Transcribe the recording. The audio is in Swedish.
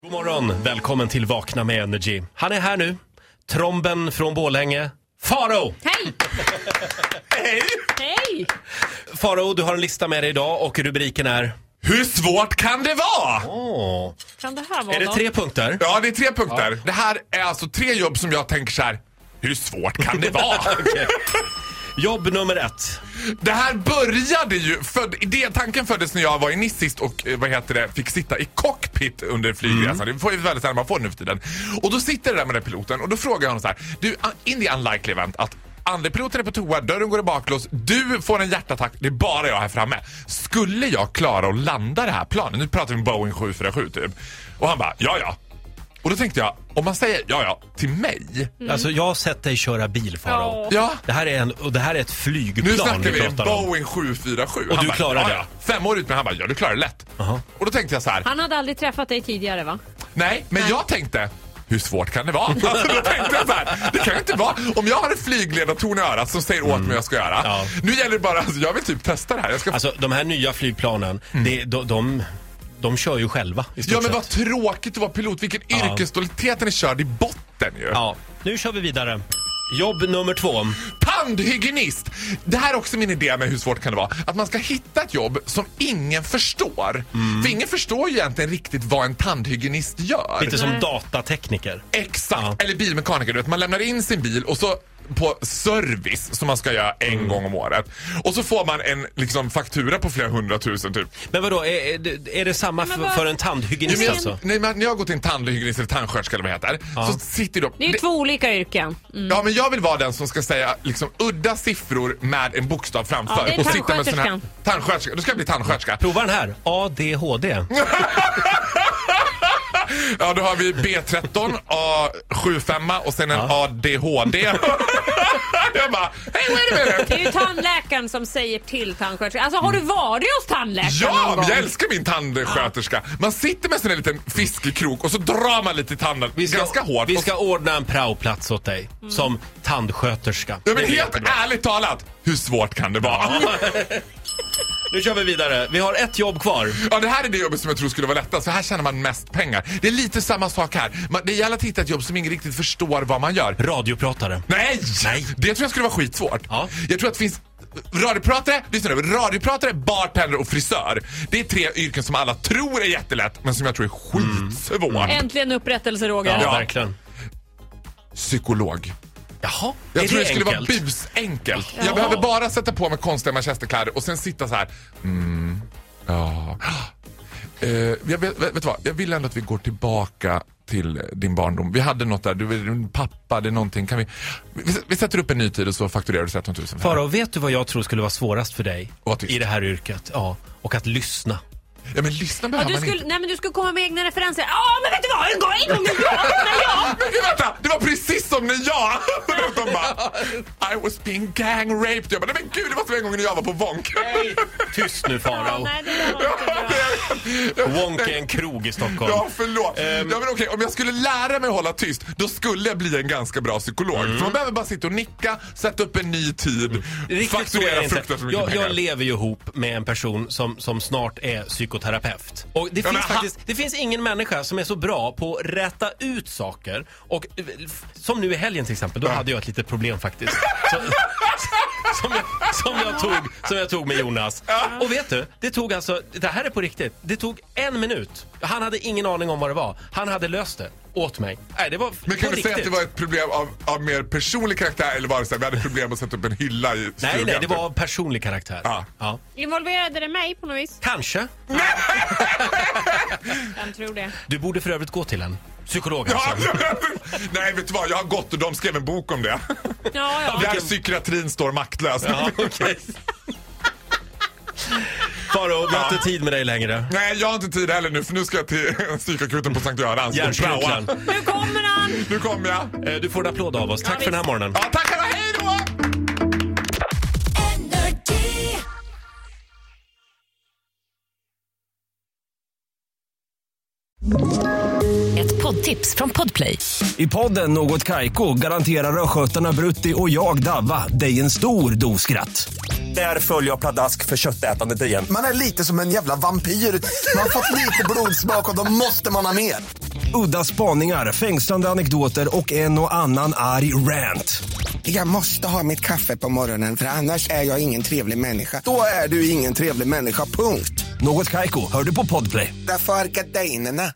God morgon, välkommen till Vakna med Energy. Han är här nu, tromben från Borlänge, Faro! Hej! Hej! Hej! Faro, du har en lista med dig idag och rubriken är... Hur svårt kan det vara? Kan det här vara Är det 3 punkter? Ja, det är 3 punkter. Det här är alltså 3 jobb som jag tänker så här. Hur svårt kan det vara? Okay. Jobb nummer 1. Det här började ju, tanken föddes när jag var i Nice sist och fick sitta i cockpit under flygresan. Det får ju väldigt sällan man får nu för tiden. Och då sitter det där med den piloten och då frågar jag honom så här: du, in the unlikely event att andra piloten är på toa, dörren går i baklås, du får en hjärtattack, det är bara jag här framme. Skulle jag klara att landa det här planet? Nu pratar vi om Boeing 747 typ. Och han bara, ja. Och då tänkte jag, om man säger ja till mig. Alltså jag har sett dig köra bil, Faro. Ja. Det här är ett flygplan. Nu snackar vi en pratar om. Boeing 747. Och han du klarar det? Ja. 5 år ut, men han bara, ja du klarar det lätt. Och då tänkte jag så här. Han hade aldrig träffat dig tidigare, va? Nej, men jag tänkte, hur svårt kan det vara? Alltså, då tänkte jag så här, det kan ju inte vara. Om jag har en flygledarton i örat som säger åt mig vad jag ska göra. Ja. Nu gäller det bara, alltså, jag vill typ testa det här. Alltså de här nya flygplanen, de kör ju själva i stort men sett. vad tråkigt att vara pilot. Vilken yrkesstoltheten är körd i botten ju. Ja, nu kör vi vidare. Jobb nummer 2. Tandhygienist. Det här är också min idé med hur svårt kan det vara. Att man ska hitta ett jobb som ingen förstår. För ingen förstår ju egentligen riktigt vad en tandhygienist gör. Lite som datatekniker. Exakt, eller bilmekaniker. Du vet, man lämnar in sin bil och så på service som man ska göra en gång om året. Och så får man en faktura på flera 100 000 typ. Men vadå, är det samma för en tandhygienist alltså? När jag går till en tandhygienist eller tandsköterska eller vad det heter, så sitter de... Det är ju 2 olika yrken. Ja, men jag vill vara den som ska säga udda siffror med en bokstav framför. Ja, det är och sitta med sån här tandsköterskan. Då ska jag bli tandsköterska. Prova den här, ADHD. Ja, då har vi B13, A75 och sen en ADHD. Jag bara, hej, vad är det med det? Det är ju tandläkaren som säger till tandsköterskan. Alltså, har du varit hos tandläkaren Ja, någon gång? jag älskar min tandsköterska. Man sitter med en liten fiskekrok och så drar man lite i tanden ganska hårt. Vi ska ordna en praoplats åt dig som tandsköterska. Ja, men helt ärligt talat, hur svårt kan det vara? Nu kör vi vidare. Vi har 1 jobb kvar. Ja, det här är det jobbet som jag tror skulle vara lättast. För här tjänar man mest pengar. Det är lite samma sak här. Det gäller att hitta ett jobb som ingen riktigt förstår vad man gör. Radiopratare. Nej! Det tror jag skulle vara skitsvårt. Ja. Jag tror att det finns radiopratare, bartender och frisör. Det är 3 yrken som alla tror är jättelätt, men som jag tror är skitsvårt. Äntligen upprättelse, Roger. Ja, verkligen. Psykolog. Jaha, jag tror det enkelt? skulle vara busenkelt. Jag behöver bara sätta på mig konstiga manchesterkläder och sen sitta så här. Vet du vad? Jag vill ändå att vi går tillbaka till din barndom. Vi hade något där, du är din pappa, det är någonting. Kan vi sätter upp en ny tid och så fakturerar du 13 000. Faro, vet du vad jag tror skulle vara svårast för dig i det här yrket? Ja, och att lyssna. Ja, men lyssna behöver man inte. Nej, men du skulle komma med egna referenser. Men vet du vad? En gång Vänta, det var precis som när jag de bara, I was being gang raped. Jag bara, men gud, det var så en gång när jag var på Wonk. Nej, tyst nu, Faro. Nej, det var inte bra. Wonk är en krog i Stockholm. Ja, förlåt. Men okej, om jag skulle lära mig att hålla tyst, då skulle jag bli en ganska bra psykolog. För man behöver bara sitta och nicka, sätta upp en ny tid, fakturera fruktansvärt mycket pengar. Jag lever ju ihop med en person som snart är psykoterapeut. Och det finns ingen människa som är så bra på att rätta ut saker. Och som nu i helgen till exempel, då hade jag ett litet problem faktiskt. Som jag tog med Jonas. Och vet du, det här är på riktigt. Det tog 1 minut. Han hade ingen aning om vad det var. Han hade löst det åt mig. Nej, det var men kan du riktigt säga att det var ett problem av mer personlig karaktär, eller var det så här, vi hade problem att sätta upp en hylla i stugan? Nej, det var personlig karaktär. Ja. Involverade det mig på något vis? Kanske. Jag tror det. Du borde för övrigt gå till en psykolog alltså. Nej, vet du vad? Jag har gått och de skrev en bok om det. Ja. Där psykiatrin står maktlös. Ja, okay. Faro, vi har inte tid med dig längre. Nej, jag har inte tid heller nu, för nu ska jag till psykakuten på Sankt Görans. Hjärnskroken. Nu kommer han! Nu kommer jag. Du får en applåd av oss. Tack för den här morgonen. Ja, tack, hej då! Ett poddtips från Podplay. I podden Något Kaiko garanterar röskötarna Brutti och jag Davva dig en stor doskratt. Där följer jag pladask för köttätandet igen. Man är lite som en jävla vampyr. Man har fått lite blodsmak och då måste man ha mer. Udda spaningar, fängslande anekdoter och en och annan arg rant. Jag måste ha mitt kaffe på morgonen för annars är jag ingen trevlig människa. Då är du ingen trevlig människa, punkt. Något Kaiko, hör du på Podplay. Därför är gardinerna.